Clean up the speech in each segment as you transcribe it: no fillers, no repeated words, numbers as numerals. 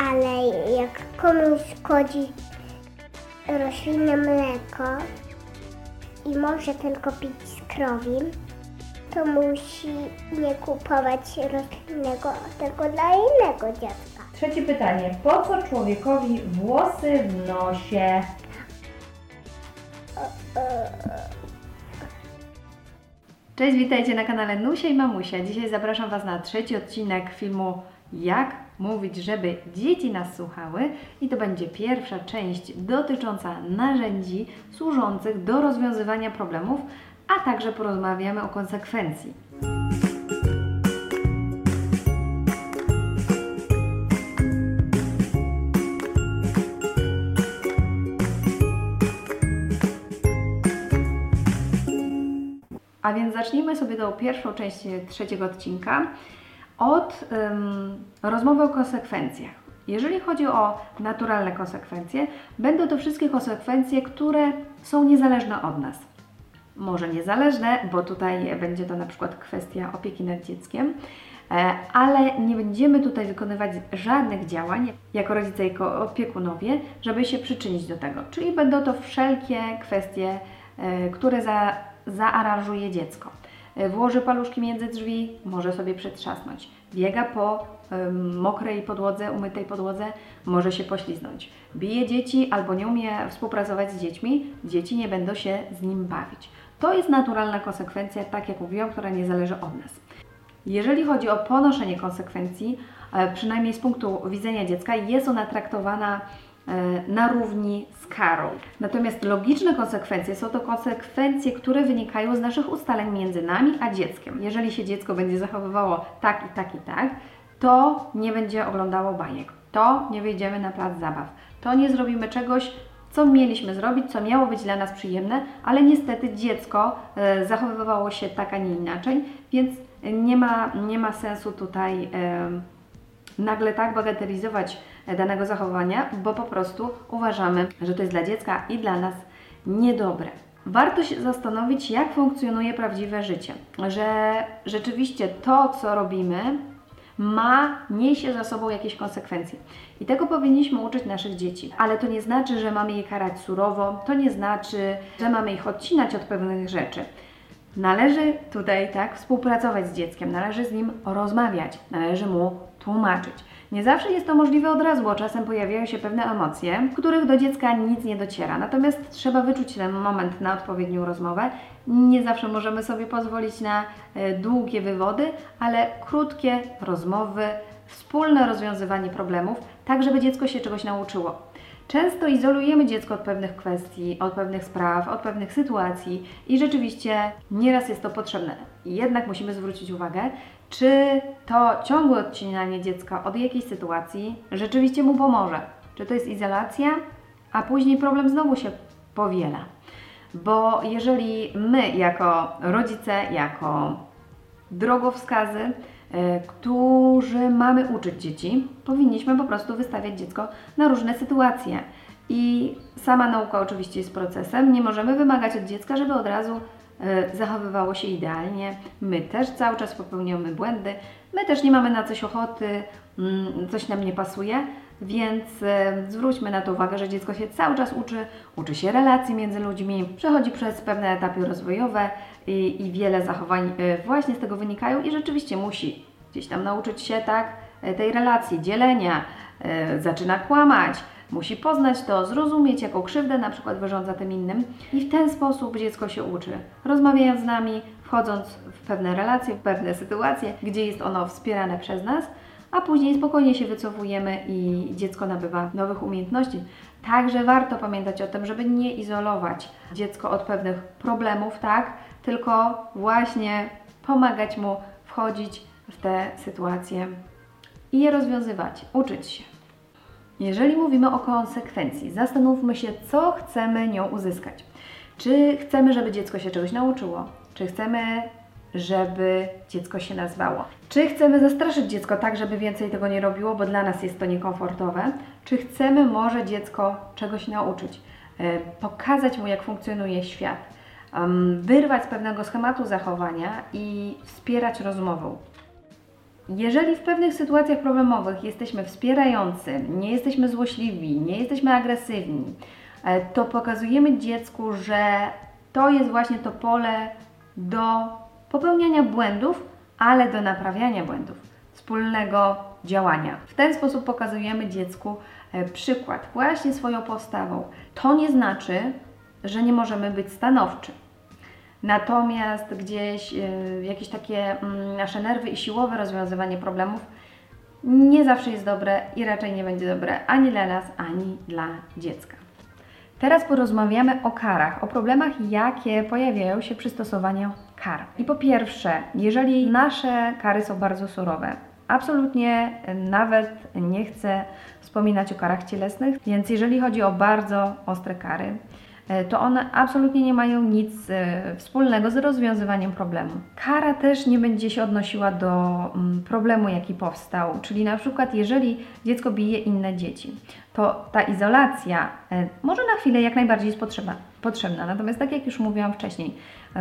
ale jak komuś szkodzi roślinne mleko i może tylko pić z krowim, to musi nie kupować roślinnego, tylko dla innego dziecka. Trzecie pytanie. Po co człowiekowi włosy w nosie? Cześć, witajcie na kanale Nusia i Mamusia. Dzisiaj zapraszam Was na trzeci odcinek filmu Jak mówić, żeby dzieci nas słuchały. I to będzie pierwsza część dotycząca narzędzi służących do rozwiązywania problemów, a także porozmawiamy o konsekwencji. A więc zacznijmy sobie tą pierwszą część trzeciego odcinka od rozmowy o konsekwencjach. Jeżeli chodzi o naturalne konsekwencje, będą to wszystkie konsekwencje, które są niezależne od nas. Może niezależne, bo tutaj będzie to na przykład kwestia opieki nad dzieckiem, ale nie będziemy tutaj wykonywać żadnych działań jako rodzice, jako opiekunowie, żeby się przyczynić do tego. Czyli będą to wszelkie kwestie, które zaaranżuje dziecko. Włoży paluszki między drzwi, może sobie przetrzasnąć. Biega po mokrej podłodze, umytej podłodze, może się pośliznąć. Bije dzieci albo nie umie współpracować z dziećmi, dzieci nie będą się z nim bawić. To jest naturalna konsekwencja, tak jak mówiłam, która nie zależy od nas. Jeżeli chodzi o ponoszenie konsekwencji, przynajmniej z punktu widzenia dziecka, jest ona traktowana na równi z karą. Natomiast logiczne konsekwencje są to konsekwencje, które wynikają z naszych ustaleń między nami a dzieckiem. Jeżeli się dziecko będzie zachowywało tak i tak i tak, to nie będzie oglądało bajek, to nie wyjdziemy na plac zabaw, to nie zrobimy czegoś, co mieliśmy zrobić, co miało być dla nas przyjemne, ale niestety dziecko zachowywało się tak, a nie inaczej, więc nie ma sensu tutaj nagle tak bagatelizować danego zachowania, bo po prostu uważamy, że to jest dla dziecka i dla nas niedobre. Warto się zastanowić, jak funkcjonuje prawdziwe życie, że rzeczywiście to, co robimy, niesie za sobą jakieś konsekwencje. I tego powinniśmy uczyć naszych dzieci. Ale to nie znaczy, że mamy je karać surowo, to nie znaczy, że mamy ich odcinać od pewnych rzeczy. Należy tutaj współpracować z dzieckiem, należy z nim rozmawiać, należy mu tłumaczyć. Nie zawsze jest to możliwe od razu, bo czasem pojawiają się pewne emocje, których do dziecka nic nie dociera. Natomiast trzeba wyczuć ten moment na odpowiednią rozmowę. Nie zawsze możemy sobie pozwolić na długie wywody, ale krótkie rozmowy, wspólne rozwiązywanie problemów, tak żeby dziecko się czegoś nauczyło. Często izolujemy dziecko od pewnych kwestii, od pewnych spraw, od pewnych sytuacji i rzeczywiście nieraz jest to potrzebne. Jednak musimy zwrócić uwagę, czy to ciągłe odcinanie dziecka od jakiejś sytuacji rzeczywiście mu pomoże. Czy to jest izolacja, a później problem znowu się powiela. Bo jeżeli my jako rodzice, jako drogowskazy, którzy mamy uczyć dzieci, powinniśmy po prostu wystawiać dziecko na różne sytuacje. I sama nauka oczywiście jest procesem. Nie możemy wymagać od dziecka, żeby od razu zachowywało się idealnie. My też cały czas popełniamy błędy. My też nie mamy na coś ochoty, coś nam nie pasuje, więc zwróćmy na to uwagę, że dziecko się cały czas uczy się relacji między ludźmi, przechodzi przez pewne etapy rozwojowe i wiele zachowań właśnie z tego wynikają i rzeczywiście musi gdzieś tam nauczyć się tej relacji, dzielenia, zaczyna kłamać, musi poznać to, zrozumieć, jaką krzywdę na przykład wyrządza tym innym i w ten sposób dziecko się uczy, rozmawiając z nami, wchodząc w pewne relacje, w pewne sytuacje, gdzie jest ono wspierane przez nas, a później spokojnie się wycofujemy i dziecko nabywa nowych umiejętności. Także warto pamiętać o tym, żeby nie izolować dziecko od pewnych problemów, tylko właśnie pomagać mu wchodzić w te sytuacje i je rozwiązywać, uczyć się. Jeżeli mówimy o konsekwencji, zastanówmy się, co chcemy nią uzyskać. Czy chcemy, żeby dziecko się czegoś nauczyło? Czy chcemy, żeby dziecko się nazwało? Czy chcemy zastraszyć dziecko tak, żeby więcej tego nie robiło, bo dla nas jest to niekomfortowe? Czy chcemy może dziecko czegoś nauczyć? Pokazać mu, jak funkcjonuje świat? Wyrwać z pewnego schematu zachowania i wspierać rozmową. Jeżeli w pewnych sytuacjach problemowych jesteśmy wspierający, nie jesteśmy złośliwi, nie jesteśmy agresywni, to pokazujemy dziecku, że to jest właśnie to pole do popełniania błędów, ale do naprawiania błędów, wspólnego działania. W ten sposób pokazujemy dziecku przykład właśnie swoją postawą. To nie znaczy, że nie możemy być stanowczy. Natomiast gdzieś jakieś takie nasze nerwy i siłowe rozwiązywanie problemów nie zawsze jest dobre i raczej nie będzie dobre ani dla nas, ani dla dziecka. Teraz porozmawiamy o karach, o problemach, jakie pojawiają się przy stosowaniu kar. I po pierwsze, jeżeli nasze kary są bardzo surowe, absolutnie nawet nie chcę wspominać o karach cielesnych, więc jeżeli chodzi o bardzo ostre kary, to one absolutnie nie mają nic wspólnego z rozwiązywaniem problemu. Kara też nie będzie się odnosiła do problemu, jaki powstał, czyli na przykład jeżeli dziecko bije inne dzieci, to ta izolacja może na chwilę jak najbardziej jest potrzebna. Natomiast tak jak już mówiłam wcześniej,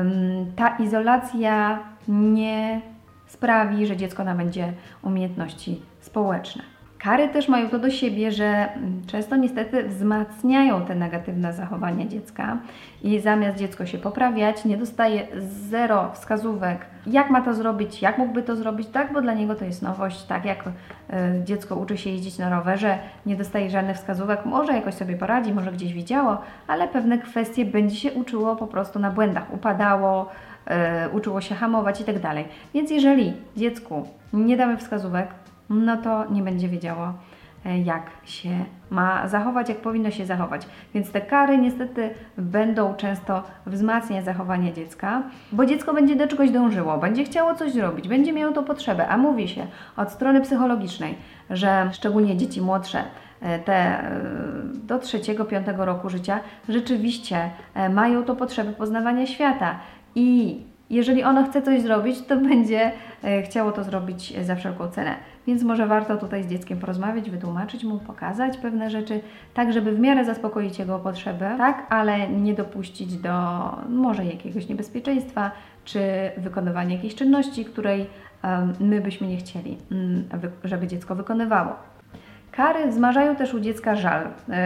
ta izolacja nie sprawi, że dziecko nabędzie umiejętności społeczne. Kary też mają to do siebie, że często niestety wzmacniają te negatywne zachowania dziecka i zamiast dziecko się poprawiać, nie dostaje zero wskazówek, jak ma to zrobić, jak mógłby to zrobić, tak, bo dla niego to jest nowość, tak jak dziecko uczy się jeździć na rowerze, nie dostaje żadnych wskazówek, może jakoś sobie poradzi, może gdzieś widziało, ale pewne kwestie będzie się uczyło po prostu na błędach, upadało, uczyło się hamować i tak dalej. Więc jeżeli dziecku nie damy wskazówek, no to nie będzie wiedziało, jak się ma zachować, jak powinno się zachować. Więc te kary niestety będą często wzmacniać zachowanie dziecka, bo dziecko będzie do czegoś dążyło, będzie chciało coś zrobić, będzie miało tą potrzebę, a mówi się od strony psychologicznej, że szczególnie dzieci młodsze, te do 3-5 roku życia, rzeczywiście mają tą potrzebę poznawania świata i jeżeli ono chce coś zrobić, to będzie chciało to zrobić za wszelką cenę. Więc może warto tutaj z dzieckiem porozmawiać, wytłumaczyć mu, pokazać pewne rzeczy, tak żeby w miarę zaspokoić jego potrzeby, tak, ale nie dopuścić do może jakiegoś niebezpieczeństwa, czy wykonywania jakiejś czynności, której my byśmy nie chcieli, żeby dziecko wykonywało. Kary wzmażają też u dziecka żal.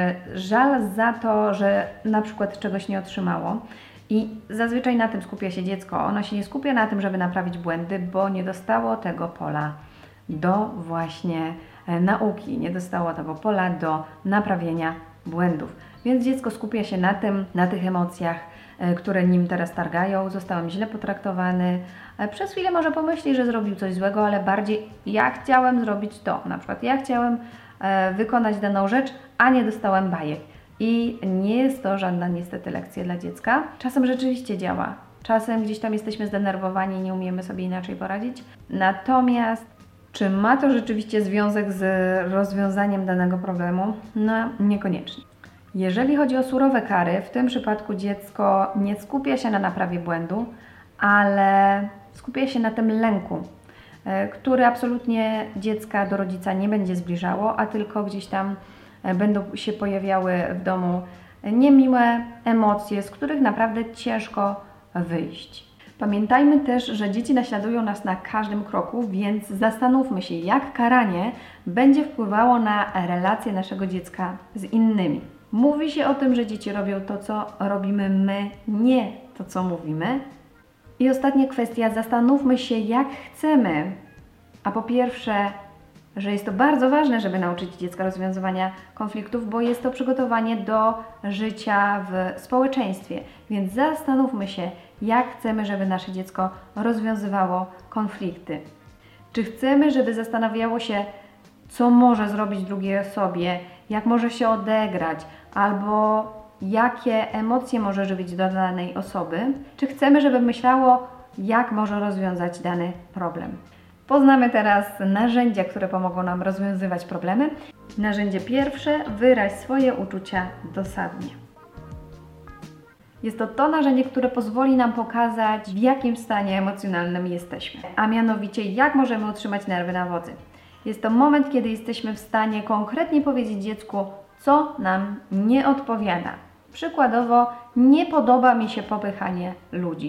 Żal za to, że na przykład czegoś nie otrzymało. I zazwyczaj na tym skupia się dziecko. Ono się nie skupia na tym, żeby naprawić błędy, bo nie dostało tego pola do właśnie nauki, nie dostało tego pola do naprawienia błędów. Więc dziecko skupia się na tym, na tych emocjach, które nim teraz targają. Zostałem źle potraktowany. Przez chwilę może pomyśli, że zrobił coś złego, ale bardziej ja chciałem zrobić to. Na przykład ja chciałem wykonać daną rzecz, a nie dostałem bajek. I nie jest to żadna niestety lekcja dla dziecka. Czasem rzeczywiście działa. Czasem gdzieś tam jesteśmy zdenerwowani i nie umiemy sobie inaczej poradzić. Natomiast czy ma to rzeczywiście związek z rozwiązaniem danego problemu? No, niekoniecznie. Jeżeli chodzi o surowe kary, w tym przypadku dziecko nie skupia się na naprawie błędu, ale skupia się na tym lęku, który absolutnie dziecka do rodzica nie będzie zbliżało, a tylko gdzieś tam będą się pojawiały w domu niemiłe emocje, z których naprawdę ciężko wyjść. Pamiętajmy też, że dzieci naśladują nas na każdym kroku, więc zastanówmy się, jak karanie będzie wpływało na relacje naszego dziecka z innymi. Mówi się o tym, że dzieci robią to, co robimy my, nie to, co mówimy. I ostatnia kwestia, zastanówmy się, jak chcemy. A po pierwsze, że jest to bardzo ważne, żeby nauczyć dziecka rozwiązywania konfliktów, bo jest to przygotowanie do życia w społeczeństwie. Więc zastanówmy się, jak chcemy, żeby nasze dziecko rozwiązywało konflikty. Czy chcemy, żeby zastanawiało się, co może zrobić drugiej osobie, jak może się odegrać, albo jakie emocje może żywić do danej osoby, czy chcemy, żeby myślało, jak może rozwiązać dany problem. Poznamy teraz narzędzia, które pomogą nam rozwiązywać problemy. Narzędzie pierwsze, wyraź swoje uczucia dosadnie. Jest to narzędzie, które pozwoli nam pokazać, w jakim stanie emocjonalnym jesteśmy, a mianowicie jak możemy utrzymać nerwy na wodzy. Jest to moment, kiedy jesteśmy w stanie konkretnie powiedzieć dziecku, co nam nie odpowiada. Przykładowo, nie podoba mi się popychanie ludzi.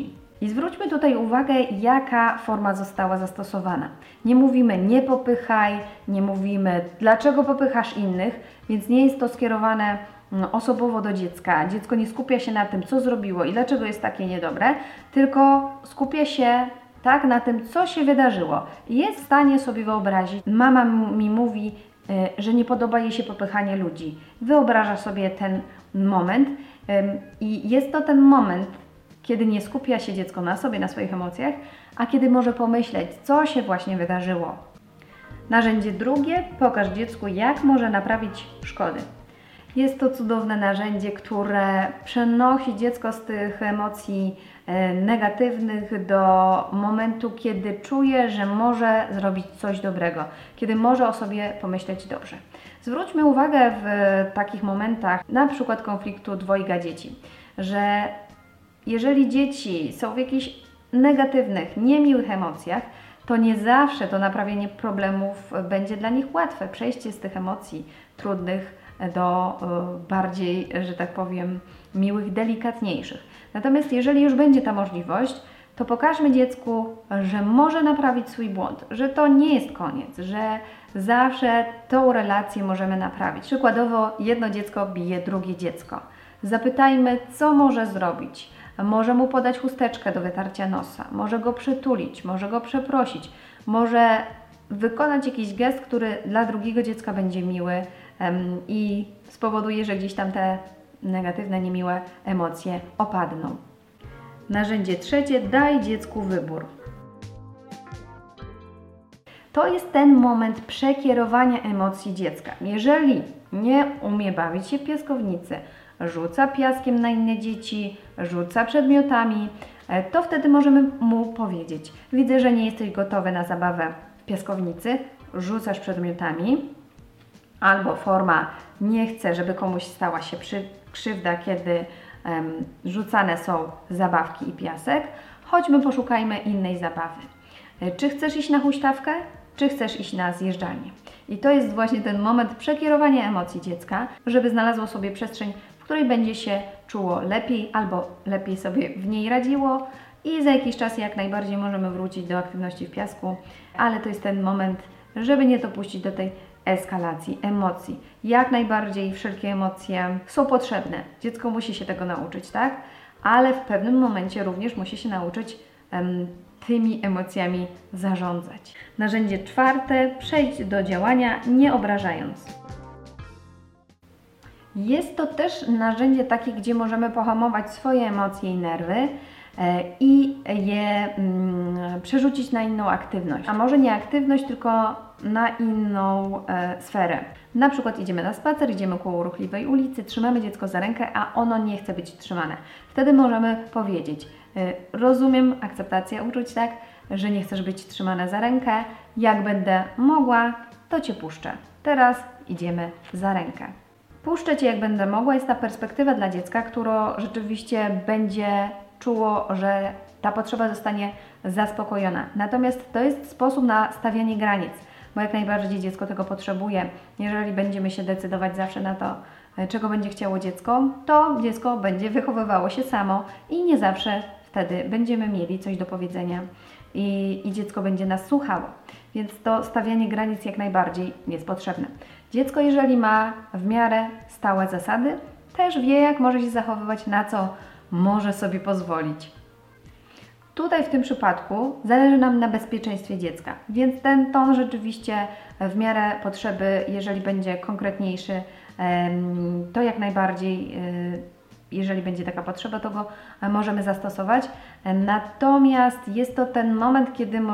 I zwróćmy tutaj uwagę, jaka forma została zastosowana. Nie mówimy nie popychaj, nie mówimy dlaczego popychasz innych, więc nie jest to skierowane osobowo do dziecka. Dziecko nie skupia się na tym, co zrobiło i dlaczego jest takie niedobre, tylko skupia się tak na tym, co się wydarzyło. Jest w stanie sobie wyobrazić, mama mi mówi, że nie podoba jej się popychanie ludzi. Wyobraża sobie ten moment i jest to ten moment, kiedy nie skupia się dziecko na sobie, na swoich emocjach, a kiedy może pomyśleć, co się właśnie wydarzyło. Narzędzie drugie, pokaż dziecku, jak może naprawić szkody. Jest to cudowne narzędzie, które przenosi dziecko z tych emocji negatywnych do momentu, kiedy czuje, że może zrobić coś dobrego, kiedy może o sobie pomyśleć dobrze. Zwróćmy uwagę w takich momentach, na przykład konfliktu dwojga dzieci, że jeżeli dzieci są w jakichś negatywnych, niemiłych emocjach, to nie zawsze to naprawienie problemów będzie dla nich łatwe. Przejście z tych emocji trudnych do bardziej, że tak powiem, miłych, delikatniejszych. Natomiast jeżeli już będzie ta możliwość, to pokażmy dziecku, że może naprawić swój błąd, że to nie jest koniec, że zawsze tą relację możemy naprawić. Przykładowo jedno dziecko bije drugie dziecko. Zapytajmy, co może zrobić. Może mu podać chusteczkę do wytarcia nosa, może go przytulić, może go przeprosić, może wykonać jakiś gest, który dla drugiego dziecka będzie miły i spowoduje, że gdzieś tam te negatywne, niemiłe emocje opadną. Narzędzie trzecie, daj dziecku wybór. To jest ten moment przekierowania emocji dziecka. Jeżeli nie umie bawić się w piaskownicy, rzuca piaskiem na inne dzieci, rzuca przedmiotami, to wtedy możemy mu powiedzieć: widzę, że nie jesteś gotowy na zabawę w piaskownicy, rzucasz przedmiotami, albo forma nie chcę, żeby komuś stała się krzywda, kiedy rzucane są zabawki i piasek, chodźmy poszukajmy innej zabawy. Czy chcesz iść na huśtawkę, czy chcesz iść na zjeżdżalnię? I to jest właśnie ten moment przekierowania emocji dziecka, żeby znalazło sobie przestrzeń, w której będzie się czuło lepiej albo lepiej sobie w niej radziło i za jakiś czas jak najbardziej możemy wrócić do aktywności w piasku, ale to jest ten moment, żeby nie dopuścić do tej eskalacji emocji. Jak najbardziej wszelkie emocje są potrzebne. Dziecko musi się tego nauczyć, tak? Ale w pewnym momencie również musi się nauczyć tymi emocjami zarządzać. Narzędzie czwarte, przejdź do działania, nie obrażając. Jest to też narzędzie takie, gdzie możemy pohamować swoje emocje i nerwy i je przerzucić na inną aktywność. A może nie aktywność, tylko na inną sferę. Na przykład idziemy na spacer, idziemy koło ruchliwej ulicy, trzymamy dziecko za rękę, a ono nie chce być trzymane. Wtedy możemy powiedzieć: rozumiem, akceptacja uczuć, tak, że nie chcesz być trzymane za rękę. Jak będę mogła, to Cię puszczę. Teraz idziemy za rękę. Puszczę Cię, jak będę mogła, jest ta perspektywa dla dziecka, które rzeczywiście będzie czuło, że ta potrzeba zostanie zaspokojona. Natomiast to jest sposób na stawianie granic, bo jak najbardziej dziecko tego potrzebuje. Jeżeli będziemy się decydować zawsze na to, czego będzie chciało dziecko, to dziecko będzie wychowywało się samo i nie zawsze wtedy będziemy mieli coś do powiedzenia i dziecko będzie nas słuchało. Więc to stawianie granic jak najbardziej jest potrzebne. Dziecko, jeżeli ma w miarę stałe zasady, też wie, jak może się zachowywać, na co może sobie pozwolić. Tutaj w tym przypadku zależy nam na bezpieczeństwie dziecka, więc ten ton rzeczywiście w miarę potrzeby, jeżeli będzie konkretniejszy, to jak najbardziej, jeżeli będzie taka potrzeba, to go możemy zastosować. Natomiast jest to ten moment,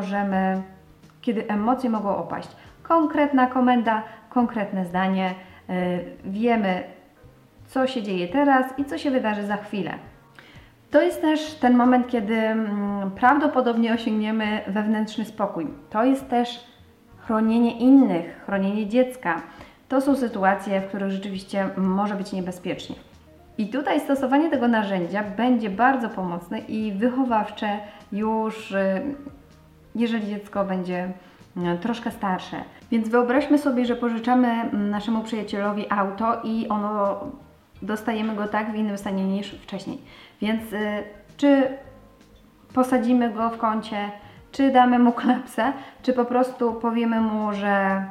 kiedy emocje mogą opaść. Konkretna komenda, konkretne zdanie, wiemy, co się dzieje teraz i co się wydarzy za chwilę. To jest też ten moment, kiedy prawdopodobnie osiągniemy wewnętrzny spokój. To jest też chronienie innych, chronienie dziecka. To są sytuacje, w których rzeczywiście może być niebezpiecznie. I tutaj stosowanie tego narzędzia będzie bardzo pomocne i wychowawcze już, jeżeli dziecko będzie troszkę starsze. Więc wyobraźmy sobie, że pożyczamy naszemu przyjacielowi auto i dostajemy go tak w innym stanie niż wcześniej. Więc czy posadzimy go w kącie, czy damy mu klapsę, czy po prostu powiemy mu, że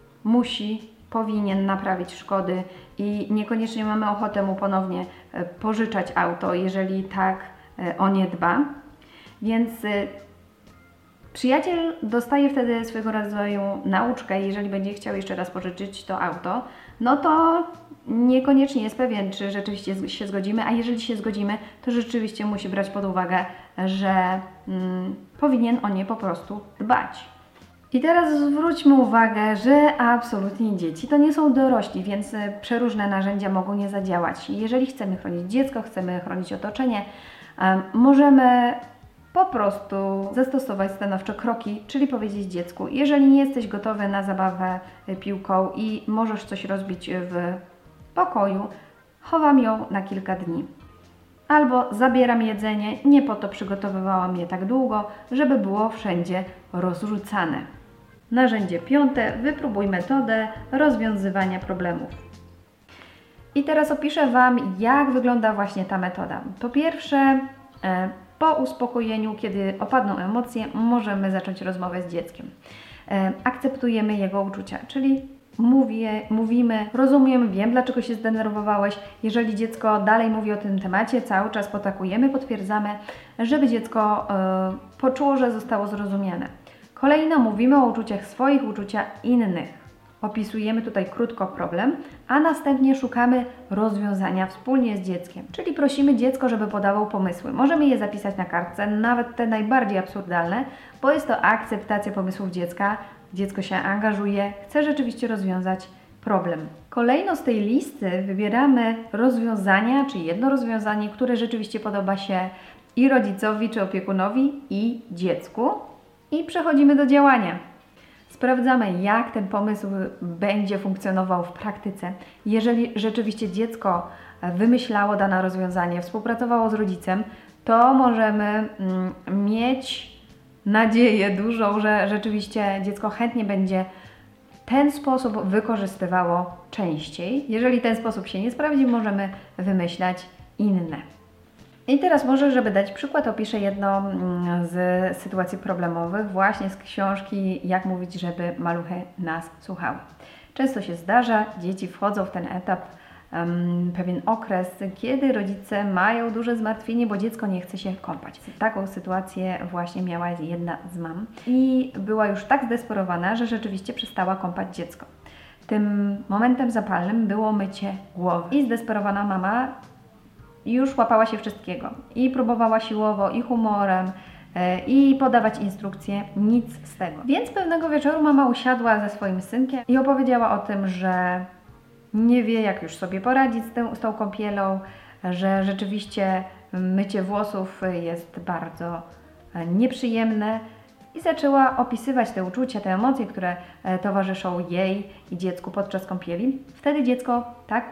powinien naprawić szkody i niekoniecznie mamy ochotę mu ponownie pożyczać auto, jeżeli tak o nie dba. Więc przyjaciel dostaje wtedy swego rodzaju nauczkę, jeżeli będzie chciał jeszcze raz pożyczyć to auto, no to niekoniecznie jest pewien, czy rzeczywiście się zgodzimy, a jeżeli się zgodzimy, to rzeczywiście musi brać pod uwagę, że powinien o nie po prostu dbać. I teraz zwróćmy uwagę, że absolutnie dzieci to nie są dorośli, więc przeróżne narzędzia mogą nie zadziałać. Jeżeli chcemy chronić dziecko, chcemy chronić otoczenie, możemy po prostu zastosować stanowczo kroki, czyli powiedzieć dziecku: jeżeli nie jesteś gotowy na zabawę piłką i możesz coś rozbić w pokoju, chowam ją na kilka dni. Albo zabieram jedzenie, nie po to przygotowywałam je tak długo, żeby było wszędzie rozrzucane. Narzędzie 5. Wypróbuj metodę rozwiązywania problemów. I teraz opiszę Wam, jak wygląda właśnie ta metoda. Po pierwsze, po uspokojeniu, kiedy opadną emocje, możemy zacząć rozmowę z dzieckiem. Akceptujemy jego uczucia, czyli mówimy: rozumiem, wiem, dlaczego się zdenerwowałeś. Jeżeli dziecko dalej mówi o tym temacie, cały czas potakujemy, potwierdzamy, żeby dziecko poczuło, że zostało zrozumiane. Kolejno mówimy o uczuciach swoich, uczucia innych. Opisujemy tutaj krótko problem, a następnie szukamy rozwiązania wspólnie z dzieckiem. Czyli prosimy dziecko, żeby podało pomysły. Możemy je zapisać na kartce, nawet te najbardziej absurdalne, bo jest to akceptacja pomysłów dziecka. Dziecko się angażuje, chce rzeczywiście rozwiązać problem. Kolejno z tej listy wybieramy rozwiązania, czy jedno rozwiązanie, które rzeczywiście podoba się i rodzicowi, czy opiekunowi, i dziecku. I przechodzimy do działania. Sprawdzamy, jak ten pomysł będzie funkcjonował w praktyce. Jeżeli rzeczywiście dziecko wymyślało dane rozwiązanie, współpracowało z rodzicem, to możemy mieć nadzieję dużą, że rzeczywiście dziecko chętnie będzie ten sposób wykorzystywało częściej. Jeżeli ten sposób się nie sprawdzi, możemy wymyślać inne. I teraz może, żeby dać przykład, opiszę jedną z sytuacji problemowych właśnie z książki Jak mówić, żeby maluchy nas słuchały. Często się zdarza, dzieci wchodzą w ten etap, pewien okres, kiedy rodzice mają duże zmartwienie, bo dziecko nie chce się kąpać. Taką sytuację właśnie miała jedna z mam i była już tak zdesperowana, że rzeczywiście przestała kąpać dziecko. Tym momentem zapalnym było mycie głowy i zdesperowana mama już łapała się wszystkiego i próbowała siłowo i humorem i podawać instrukcje, nic z tego. Więc pewnego wieczoru mama usiadła ze swoim synkiem i opowiedziała o tym, że nie wie, jak już sobie poradzić z tą kąpielą, że rzeczywiście mycie włosów jest bardzo nieprzyjemne i zaczęła opisywać te uczucia, te emocje, które towarzyszą jej i dziecku podczas kąpieli. Wtedy dziecko tak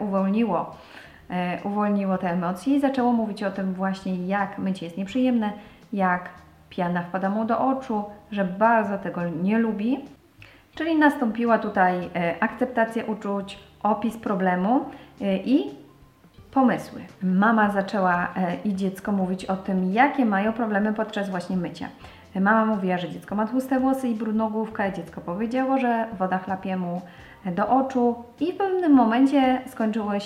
uwolniło te emocje i zaczęło mówić o tym właśnie, jak mycie jest nieprzyjemne, jak piana wpada mu do oczu, że bardzo tego nie lubi. Czyli nastąpiła tutaj akceptacja uczuć, opis problemu i pomysły. Mama zaczęła i dziecko mówić o tym, jakie mają problemy podczas właśnie mycia. Mama mówiła, że dziecko ma tłuste włosy i brudną główkę. Dziecko powiedziało, że woda chlapie mu do oczu i w pewnym momencie skończyły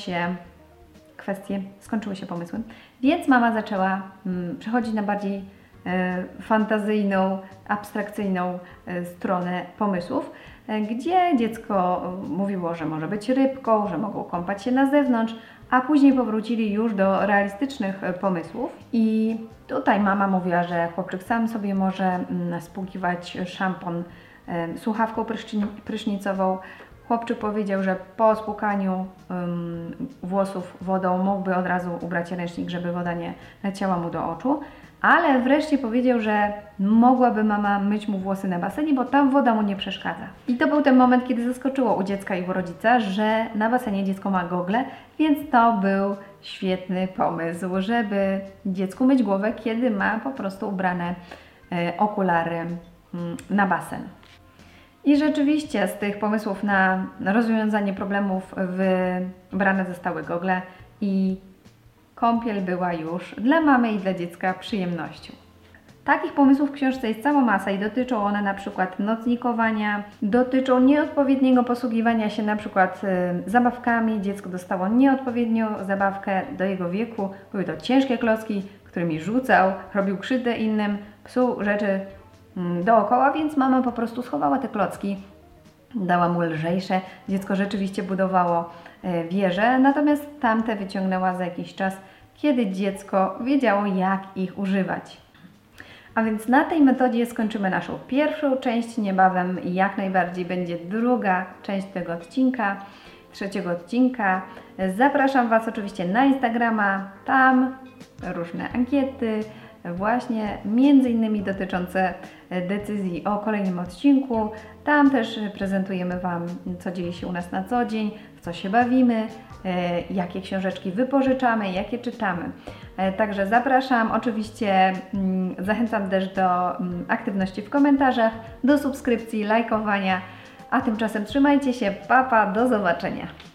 się pomysły. Więc mama zaczęła przechodzić na bardziej fantazyjną, abstrakcyjną stronę pomysłów, gdzie dziecko mówiło, że może być rybką, że mogą kąpać się na zewnątrz, a później powrócili już do realistycznych pomysłów. I tutaj mama mówiła, że chłopczyk sam sobie może spłukiwać szampon słuchawką prysznicową. Chłopczyk powiedział, że po spłukaniu włosów wodą mógłby od razu ubrać ręcznik, żeby woda nie leciała mu do oczu. Ale wreszcie powiedział, że mogłaby mama myć mu włosy na basenie, bo tam woda mu nie przeszkadza. I to był ten moment, kiedy zaskoczyło u dziecka i u rodzica, że na basenie dziecko ma gogle, więc to był świetny pomysł, żeby dziecku myć głowę, kiedy ma po prostu ubrane okulary na basen. I rzeczywiście z tych pomysłów na rozwiązanie problemów wybrane zostały gogle i kąpiel była już dla mamy i dla dziecka przyjemnością. Takich pomysłów w książce jest cała masa i dotyczą one na przykład nocnikowania, dotyczą nieodpowiedniego posługiwania się na przykład zabawkami. Dziecko dostało nieodpowiednią zabawkę do jego wieku, były to ciężkie klocki, którymi rzucał, robił krzywdę innym, psuł rzeczy dookoła, więc mama po prostu schowała te klocki, dała mu lżejsze. Dziecko rzeczywiście budowało wieże, natomiast tamte wyciągnęła za jakiś czas, kiedy dziecko wiedziało, jak ich używać. A więc na tej metodzie skończymy naszą pierwszą część. Niebawem jak najbardziej będzie druga część tego odcinka, trzeciego odcinka. Zapraszam Was oczywiście na Instagrama, tam różne ankiety, właśnie między innymi dotyczące decyzji o kolejnym odcinku. Tam też prezentujemy Wam, co dzieje się u nas na co dzień, w co się bawimy, jakie książeczki wypożyczamy, jakie czytamy. Także zapraszam, oczywiście zachęcam też do aktywności w komentarzach, do subskrypcji, lajkowania, a tymczasem trzymajcie się, pa, do zobaczenia.